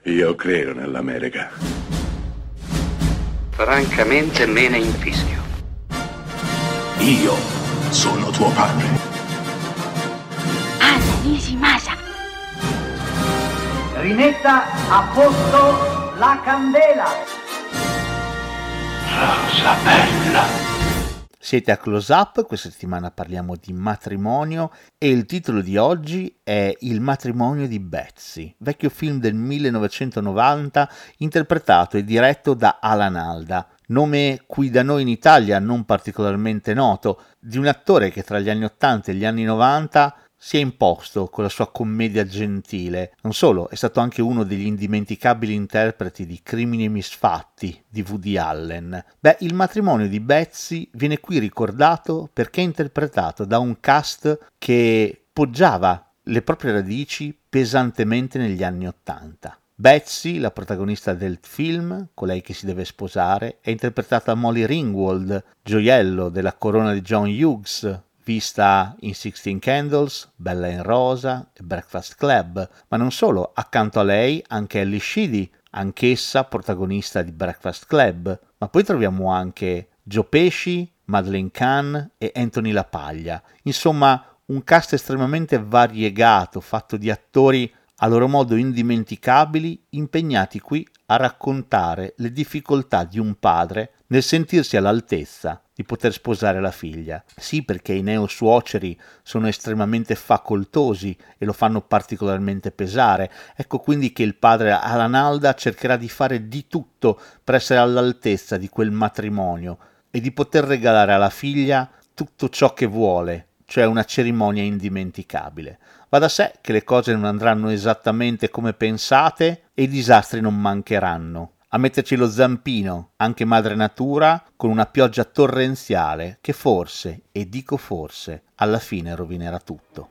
Io credo nell'America. Francamente me ne infischio. Io sono tuo padre. Anna Nishimasa. Rimetta a posto la candela. Rosa bella. Siete a Close Up, questa settimana parliamo di matrimonio e il titolo di oggi è Il matrimonio di Betsy, vecchio film del 1990 interpretato e diretto da Alan Alda, nome qui da noi in Italia non particolarmente noto, di un attore che tra gli anni 80 e gli anni 90 si è imposto con la sua commedia gentile. Non solo, è stato anche uno degli indimenticabili interpreti di Crimini e Misfatti di Woody Allen. Il matrimonio di Betsy viene qui ricordato perché è interpretato da un cast che poggiava le proprie radici pesantemente negli anni '80. Betsy, la protagonista del film, colei che si deve sposare, è interpretata da Molly Ringwald, gioiello della corona di John Hughes, vista in 16 Candles, Bella in Rosa e Breakfast Club, ma non solo, accanto a lei anche Ally Sheedy, anch'essa protagonista di Breakfast Club, ma poi troviamo anche Joe Pesci, Madeleine Kahn e Anthony LaPaglia, insomma un cast estremamente variegato, fatto di attori a loro modo indimenticabili, impegnati qui a raccontare le difficoltà di un padre nel sentirsi all'altezza di poter sposare la figlia. Sì, perché i neosuoceri sono estremamente facoltosi e lo fanno particolarmente pesare. Ecco quindi che il padre Alan Alda cercherà di fare di tutto per essere all'altezza di quel matrimonio e di poter regalare alla figlia tutto ciò che vuole, cioè una cerimonia indimenticabile. Va da sé che le cose non andranno esattamente come pensate e i disastri non mancheranno. A metterci lo zampino, anche madre natura, con una pioggia torrenziale che forse, e dico forse, alla fine rovinerà tutto.